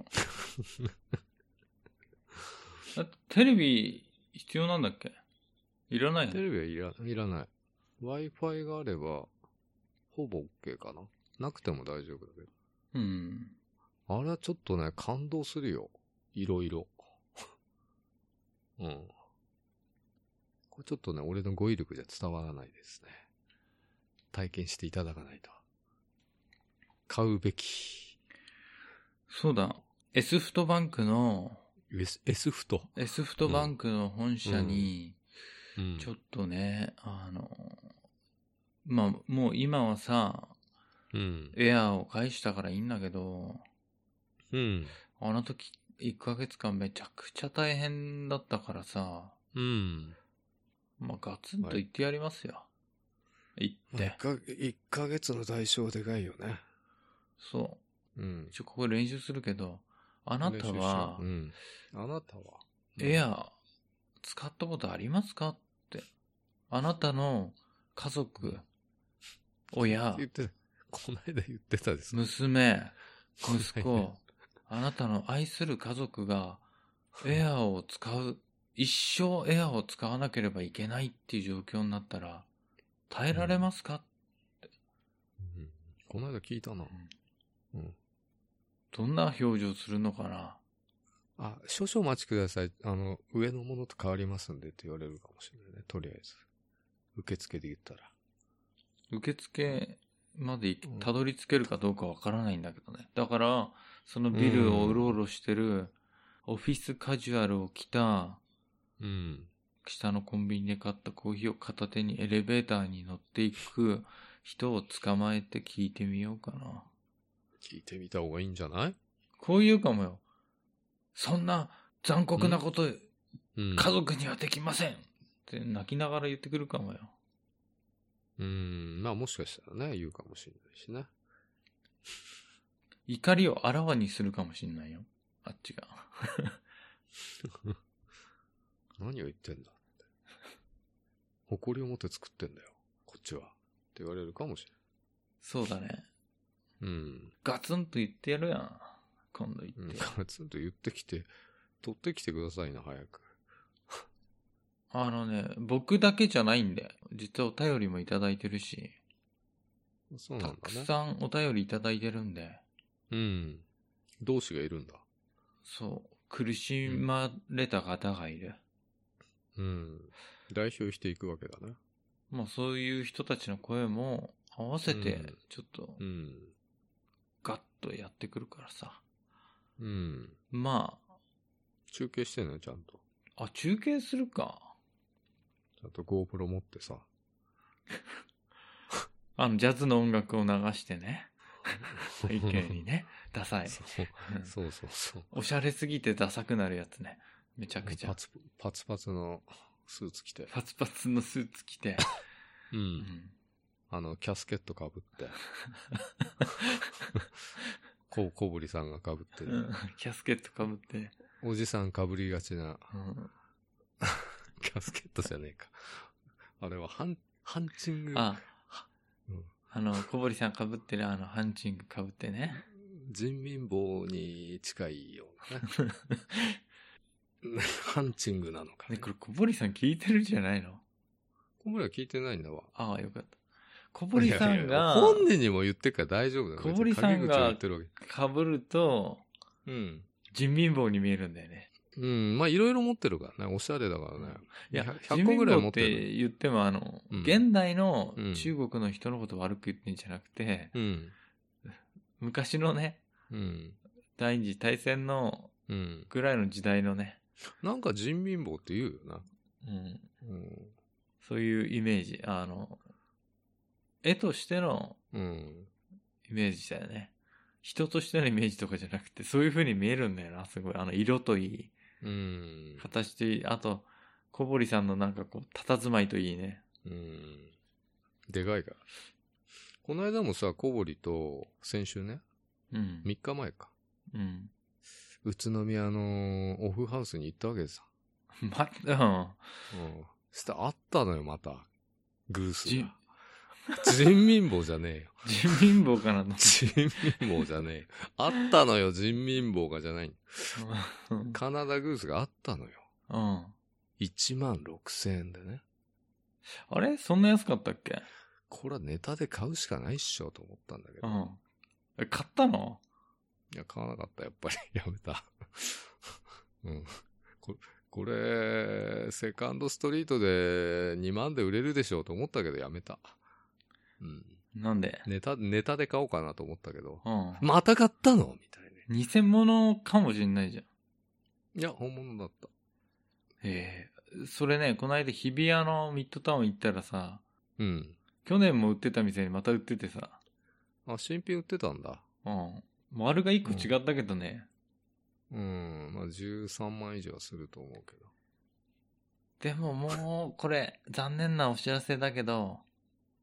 だってテレビ必要なんだっけ？いらないの？ テレビはいらない。Wi-Fi があれば、ほぼ OK かな。なくても大丈夫だけど。あれはちょっとね、感動するよ。いろいろ。これちょっとね、俺の語彙力じゃ伝わらないですね。体験していただかないと。買うべき。 そうだ。S フトバンクの、 S フト。 S フトバンクの本社に、ちょっとね、まあ、もう今はさ、エアーを返したからいいんだけど、あの時、1ヶ月間めちゃくちゃ大変だったからさ、まあ、ガツンと言ってやりますよ。 行って。 1ヶ月の代償でかいよね。 そう。ここ練習するけど、あなたは、 あなたは、 エア使ったことありますかって。あなたの家族、親、 この間言ってたです。 娘、息子、あなたの愛する家族がエアを使う、一生エアを使わなければいけないっていう状況になったら、耐えられますかって。 この間聞いたな。 どんな表情するのかな。 少々お待ちください。上のものと変わりますんでって言われるかもしれないね。とりあえず。受付で言ったら。 受付までたどり着けるかどうかわからないんだけどね。だから、そのビルをうろうろしてる、オフィスカジュアルを着た、下のコンビニで買ったコーヒーを片手にエレベーターに乗っていく人を捕まえて聞いてみようかな。 聞いてみた方がいいんじゃない？ こう言うかもよ。そんな残酷なこと、家族にはできませんって泣きながら言ってくるかもよ。 まあもしかしたらね、言うかもしれないしね。 怒りをあらわにするかもしれないよ。あっちが。 何を言ってんだって。誇りを持って作ってんだよ。こっちは。って言われるかもしれない。 そうだね。ガツンと言ってやるやん。今度言って。 ガツンと言ってきて、取ってきてくださいな、早く。 僕だけじゃないんで、実はお便りもいただいてるし、 そうなんだね。 たくさんお便りいただいてるんで。 同志がいるんだ。 そう。苦しまれた方がいる。 代表していくわけだね。 まあそういう人たちの声も合わせて、ちょっと、ガッとやってくるからさ。まあ。 中継してんのよ、ちゃんと。 中継するか。 ちゃんと GoPro 持ってさ。 ジャズの音楽を流してね。背景にね。ダサい。 そう。 おしゃれすぎてダサくなるやつね。めちゃくちゃ。 パツパツのスーツ着て。 パツパツのスーツ着て。 キャスケット被って。小堀さんが被ってる。 キャスケット被って。 おじさん被りがちな。キャスケットじゃねえか。あれはハンチング。 小堀さん被ってるハンチング被ってね。 人民棒に近いようなね。ハンチングなのかね。これ小堀さん聞いてるんじゃないの？ 小堀は聞いてないんだわ。 よかった。小堀さんが。 本人にも言ってるから大丈夫だよ。 小堀さんが被ると、人民棒に見えるんだよね。 まあいろいろ持ってるからね。おしゃれだからね。 いや、100個ぐらい持ってる。って言っても現代の中国の人のことを悪く言ってんじゃなくて、昔のね、第二次大戦のぐらいの時代のね。 なんか人民棒って言うよな。 そういうイメージ。絵としてのイメージだよね。人としてのイメージとかじゃなくて、そういう風に見えるんだよな、すごい。色といい。形といい。あと、小堀さんのなんかこう、佇まいといいね。 でかいから。この間もさ、小堀と、先週ね。3日前か。宇都宮のオフハウスに行ったわけでさ。したらあったのよ、また。グースが。人民棒じゃねえよ。 人民棒かなの？ 人民棒じゃねえよ。あったのよ、人民棒がじゃない。カナダグースがあったのよ。16,000円でね。 あれそんな安かったっけ？ これはネタで買うしかないっしょと思ったんだけど。 買ったの？ いや、買わなかった、やっぱり。やめた。これ、セカンドストリートで2万で売れるでしょうと思ったけどやめた。 なんで？ ネタで買おうかなと思ったけど。また買ったのみたいな。偽物かもしんないじゃん。 いや、本物だった。 それね、この間日比谷のミッドタウン行ったらさ、去年も売ってた店にまた売っててさ。 新品売ってたんだ。 丸が1個違ったけどね。 まあ13万以上はすると思うけど。 でももう、これ、残念なお知らせだけど、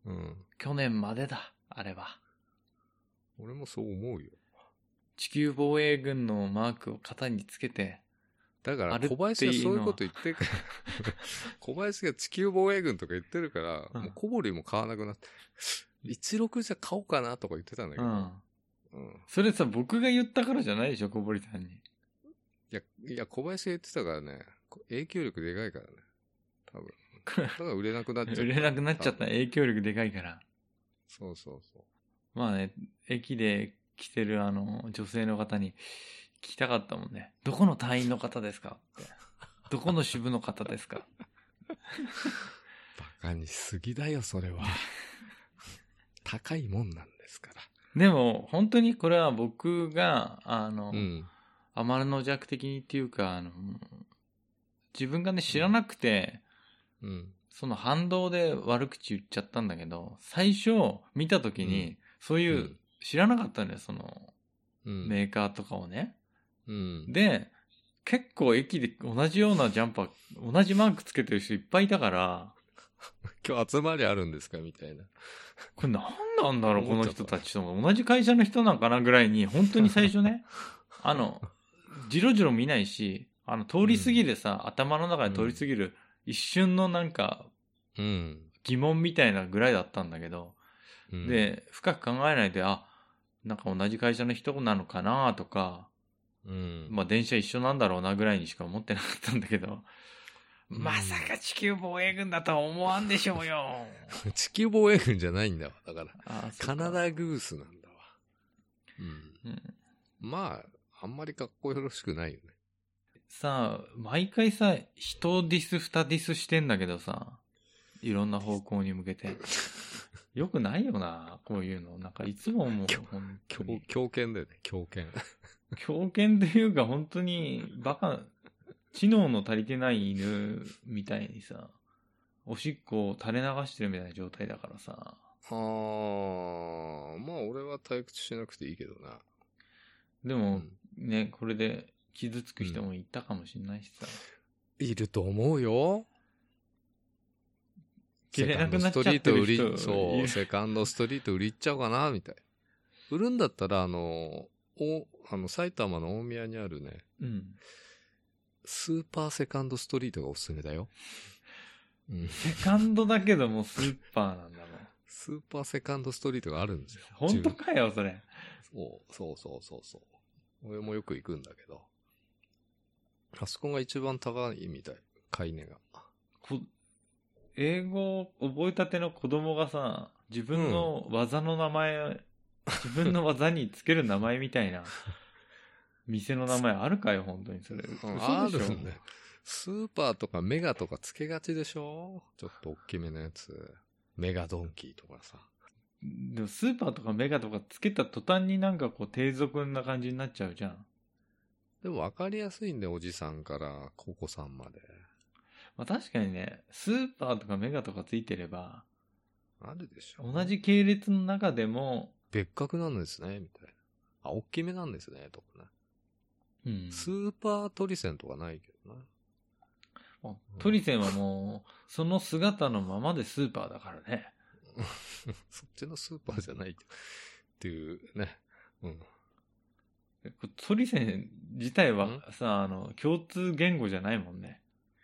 うん。 去年までだ、あれは。 俺もそう思うよ。 地球防衛軍のマークを肩につけて、 だから小林がそういうこと言ってるから小林が地球防衛軍とか言ってるから、もう小堀も買わなくなって、16じゃ買おうかなとか言ってたんだけど。 それさ、僕が言ったからじゃないでしょ、小堀さんに。 いや、小林が言ってたからね、影響力でかいからね。多分。だから売れなくなっちゃった。 売れなくなっちゃった。影響力でかいから。 そうそうそう。 まあね、駅で来てる女性の方に聞きたかったもんね。どこの隊員の方ですかって。どこの支部の方ですかバカにしすぎだよ、それは。高いもんなんですから。 でも、本当にこれは僕が、 うん、 天の弱的にっていうか、自分がね、知らなくて、 うん、 その反動で悪口言っちゃったんだけど、最初見た時に、そういう、知らなかったんだよ、その、メーカーとかをね。 うん、 で、結構駅で同じようなジャンパー、同じマークつけてる人いっぱいいたから、 今日集まりあるんですかみたいな。 これ何なんだろう、この人たちと。同じ会社の人なんかなぐらいに、本当に最初ね、じろじろ見ないし、通り過ぎでさ、頭の中で通り過ぎる、一瞬のなんか、疑問みたいなぐらいだったんだけど、で、深く考えないで、なんか同じ会社の人なのかなとか、まあ電車一緒なんだろうなぐらいにしか思ってなかったんだけど、まさか地球防衛軍だとは思わんでしょうよ。 地球防衛軍じゃないんだわ。だから、カナダグースなんだわ。まあ、あんまりかっこよろしくないよね。 さあ、毎回さ、一ディス二ディスしてんだけどさ、いろんな方向に向けて。よくないよな、こういうの。なんかいつももう、 狂犬だよね、狂犬。 狂犬っていうか本当にバカ、知能の足りてない犬みたいにさ、おしっこを垂れ流してるみたいな状態だからさ。 まあ俺は退屈しなくていいけどな。 でも、ね、これで傷つく人もいたかもしれないしさ。 いると思うよ。 切れなくなっちゃってる人。 そう、セカンドストリート売り行っちゃおうかな、みたい。売るんだったら、埼玉の大宮にあるね、スーパーセカンドストリートがおすすめだよ。 セカンドだけどもスーパーなんだもん。 スーパーセカンドストリートがあるんですよ。 本当かよ、それ。 そう。俺もよく行くんだけど。あそこが一番高いみたい。買い値が。 英語覚えたての子供がさ、自分の技の名前、自分の技につける名前みたいな店の名前あるかよ、本当にそれ。 あるんだよ。スーパーとかメガとかつけがちでしょ？ちょっと大きめのやつ。メガドンキーとかさ。 でもスーパーとかメガとかつけた途端になんかこう低俗な感じになっちゃうじゃん。 でも分かりやすいんで、おじさんからココさんまで。 まあ確かにね、スーパーとかメガとかついてれば、 あるでしょ。 同じ系列の中でも、 別格なんですね、みたいな。大きめなんですね、とかね。スーパートリセンとかないけどな。 トリセンはもう、その姿のままでスーパーだからね。 そっちのスーパーじゃないっていうね。 トリセン自体はさ、共通言語じゃないもんね。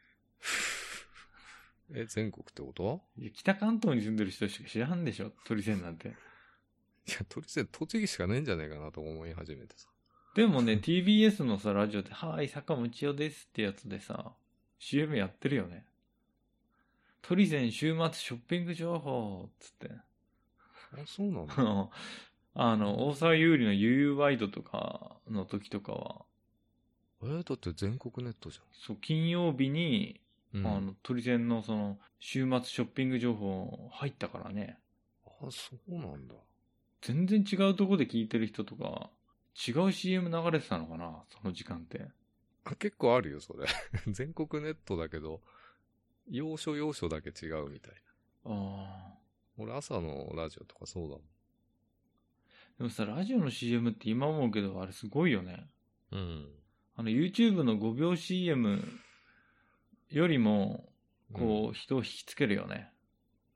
全国ってこと？ いや、北関東に住んでる人しか知らんでしょ、トリセンなんて。 いや、トリセン栃木しかねえんじゃねえかなと思い始めてさ。 でもね、TBS のさ、ラジオで、はい、坂道代ですってやつでさ、CM やってるよね。トリセン週末ショッピング情報つって。 そうなの大沢優里の悠々ワイドとかの時とかは。 だって全国ネットじゃん。 そう、金曜日に、トリセンのその、週末ショッピング情報入ったからね。 そうなんだ。 全然違うとこで聞いてる人とか、違う CM 流れてたのかな、その時間って。 結構あるよ、それ。全国ネットだけど、要所だけ違うみたいな。俺朝のラジオとかそうだもん。 でもさ、ラジオの CM って今思うけど、あれすごいよね。YouTube の5秒 CM よりも、こう、人を引きつけるよね。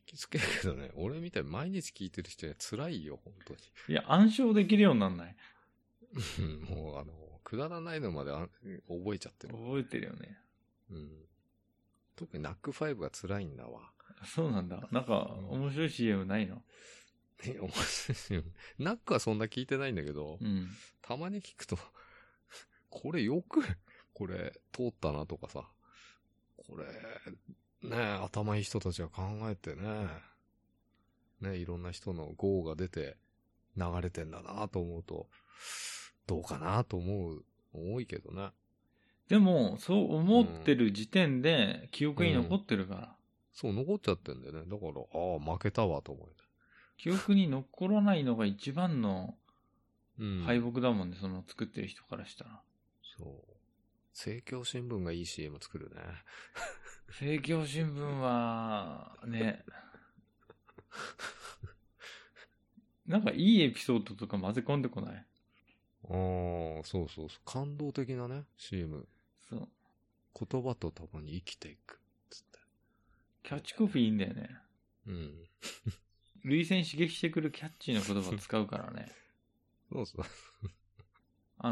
気づけるけどね、俺みたいに毎日聞いてる人には辛いよ、本当に。 いや、暗唱できるようになんない？ もうくだらないのまで覚えちゃってる。 覚えてるよね。 うん。特にナック5が辛いんだわ。 そうなんだ。なんか、面白い CM ないの？ 面白い CM。ナックはそんな聞いてないんだけど、たまに聞くと、これよく、これ通ったなとかさ、これ、ね頭いい人たちが考えてね、いろんな人の号が出て流れてんだなと思うと、どうかなと思う、多いけどね。 でも、そう思ってる時点で記憶に残ってるから。 そう、残っちゃってんだよね。だから、負けたわと思う。 記憶に残らないのが一番の敗北だもんね、その作ってる人からしたら。 そう。政教新聞がいい CM 作るね。 政教新聞は、ね。なんかいいエピソードとか混ぜ込んでこない？ そうそうそう。感動的なね、CM。 そう。 言葉と共に生きていく。つって。 キャッチコピーいいんだよね。涙腺刺激してくるキャッチーな言葉使うからね。 そうそう。 あ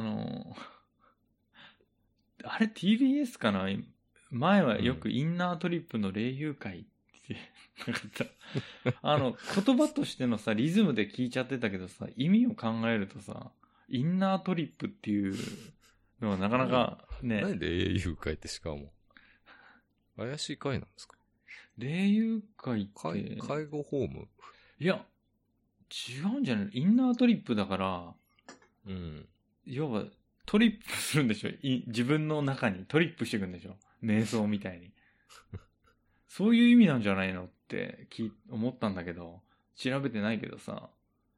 れ TBS かな？前はよくインナートリップの霊友会ってなかった言葉としてのさリズムで聞いちゃってたけどさ、意味を考えるとさ、インナートリップっていうのはなかなかね。 何で霊友会ってしかも怪しい会なんですか？ 霊友会って介護ホーム？ いや違うんじゃない？インナートリップだから、要はトリップするんでしょ？自分の中にトリップしていくんでしょ？瞑想みたいに。そういう意味なんじゃないのって思ったんだけど、調べてないけどさ、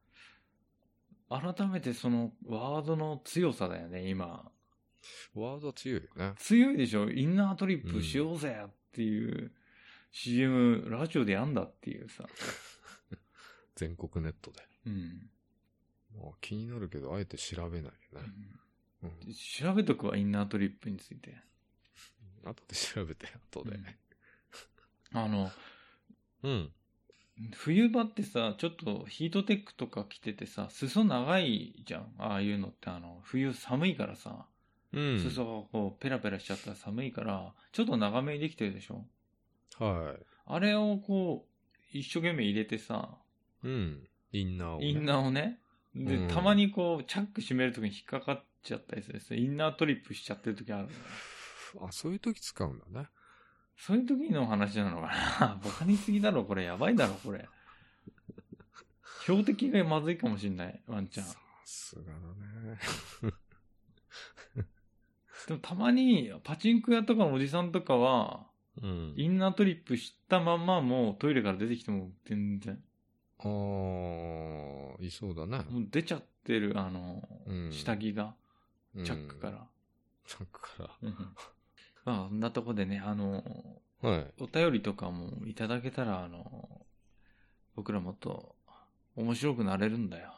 改めてそのワードの強さだよね、今。 ワード強いよね。 強いでしょ？インナートリップしようぜっていう CM、ラジオでやんだっていうさ。 全国ネットで。まあ、気になるけど、あえて調べないよね。 調べとくわ、インナートリップについて。 後で調べて、後で。 冬場ってさ、ちょっとヒートテックとか着ててさ、裾長いじゃん。ああいうのって冬寒いからさ、裾がこうペラペラしちゃったら寒いから、ちょっと長めにできてるでしょ？ はい。 あれをこう、一生懸命入れてさ、 インナーをね。 インナーをね。で、たまにこう、チャック閉めるときに引っかかっちゃったりする。インナートリップしちゃってるときあるんだよ。 そういうとき使うんだね。 そういうときの話なのかな？バカにすぎだろ、これ。やばいだろ、これ。標的がまずいかもしんない、ワンちゃん。さすがだね。 でもたまに、パチンコ屋とかのおじさんとかは、インナートリップしたままもうトイレから出てきても全然。 いそうだね。 もう出ちゃってる、下着が、チャックから。 チャックから。 まあ、そんなとこでね、お便りとかもいただけたら、僕らもっと面白くなれるんだよ。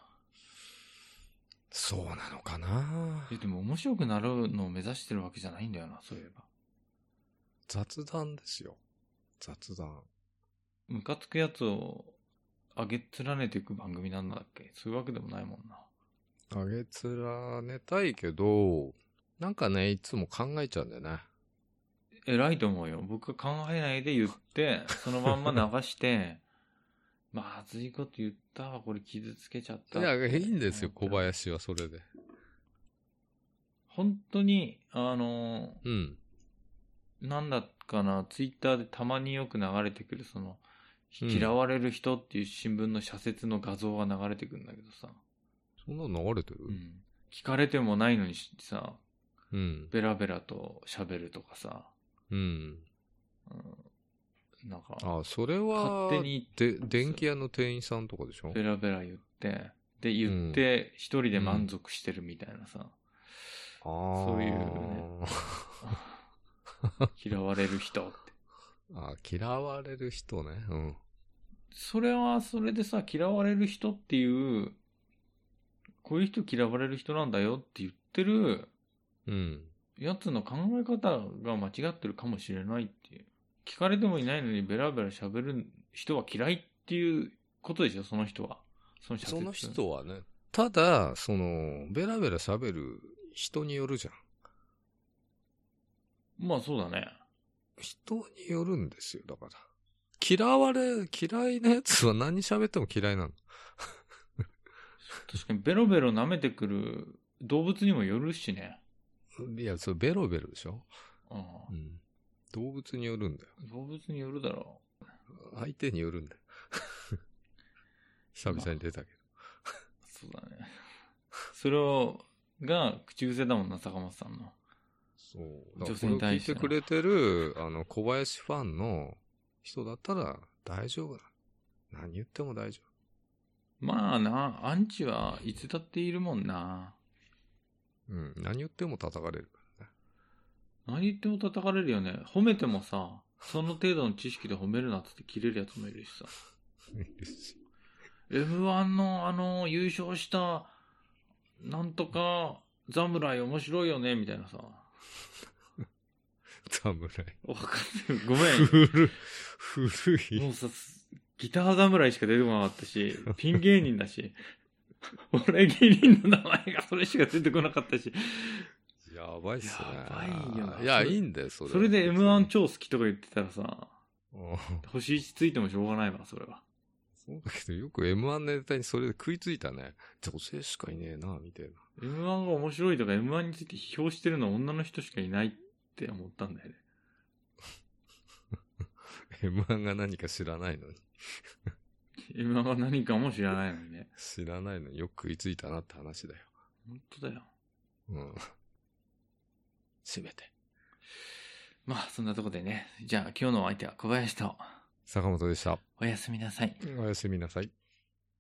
そうなのかな？ でも面白くなるのを目指してるわけじゃないんだよな、そういえば。 雑談ですよ。雑談。 ムカつくやつを上げ連ねていく番組なんだっけ？そういうわけでもないもんな。 上げ連ねたいけど、なんかね、いつも考えちゃうんだよね。 偉いと思うよ。僕が考えないで言って、そのまんま流して、まずいこと言ったわ、これ傷つけちゃった。 いや、いいんですよ、小林はそれで。 本当に、なんだかな、ツイッターでたまによく流れてくる、嫌われる人っていう新聞の社説の画像が流れてくるんだけどさ。 そんなの流れてる？ 聞かれてもないのにさ、ベラベラと喋るとかさ。なんか。 それは、勝手に、電気屋の店員さんとかでしょ？ ベラベラ言って、で、言って、一人で満足してるみたいなさ。そういうね。嫌われる人って。 嫌われる人ね。 それはそれでさ、嫌われる人っていう、こういう人嫌われる人なんだよって言ってる、やつの考え方が間違ってるかもしれないっていう。聞かれてもいないのにベラベラ喋る人は嫌いっていうことでしょ、その人は。 その人はね。ただ、ベラベラ喋る人によるじゃん。 まあそうだね。 人によるんですよ、だから。嫌いなやつは何喋っても嫌いなの。 確かにベロベロ舐めてくる動物にもよるしね。 いや、それベロベロでしょ？ うん。 動物によるんだよ。 動物によるだろう。相手によるんだよ。久々に出たけど。 そうだね。それが口癖だもんな、坂本さんの。 そう。女性に対して。これを聞いてくれてる、小林ファンの人だったら大丈夫だ。何言っても大丈夫。 まあな、アンチはいつだっているもんな。 うん、何言っても叩かれるからね。 何言っても叩かれるよね。褒めてもさ、その程度の知識で褒めるなって切れるやつもいるしさ。いるし。M1 の優勝した、なんとか、侍面白いよね、みたいなさ。 侍。 わかんない。ごめん。 古い。 もうさ、ギター侍しか出てこなかったし、ピン芸人だし、俺芸人の名前がそれしか出てこなかったし。 やばいっすね。 やばいよな。 いや、いいんだよ、それ。 それで M1 超好きとか言ってたらさ、星1ついてもしょうがないわ、それは。 そうだけど、よく M1 ネタにそれで食いついたね。女性しかいねえな、みたいな。 M1 が面白いとか M1 について批評してるのは女の人しかいないって思ったんだよね。 M1 が何か知らないのに。 M1 が何かも知らないのにね。 知らないのによく食いついたなって話だよ。 本当だよ。 うん。締めて。 まあ、そんなとこでね。じゃあ今日のお相手は小林と坂本でした。 おやすみなさい。 おやすみなさい。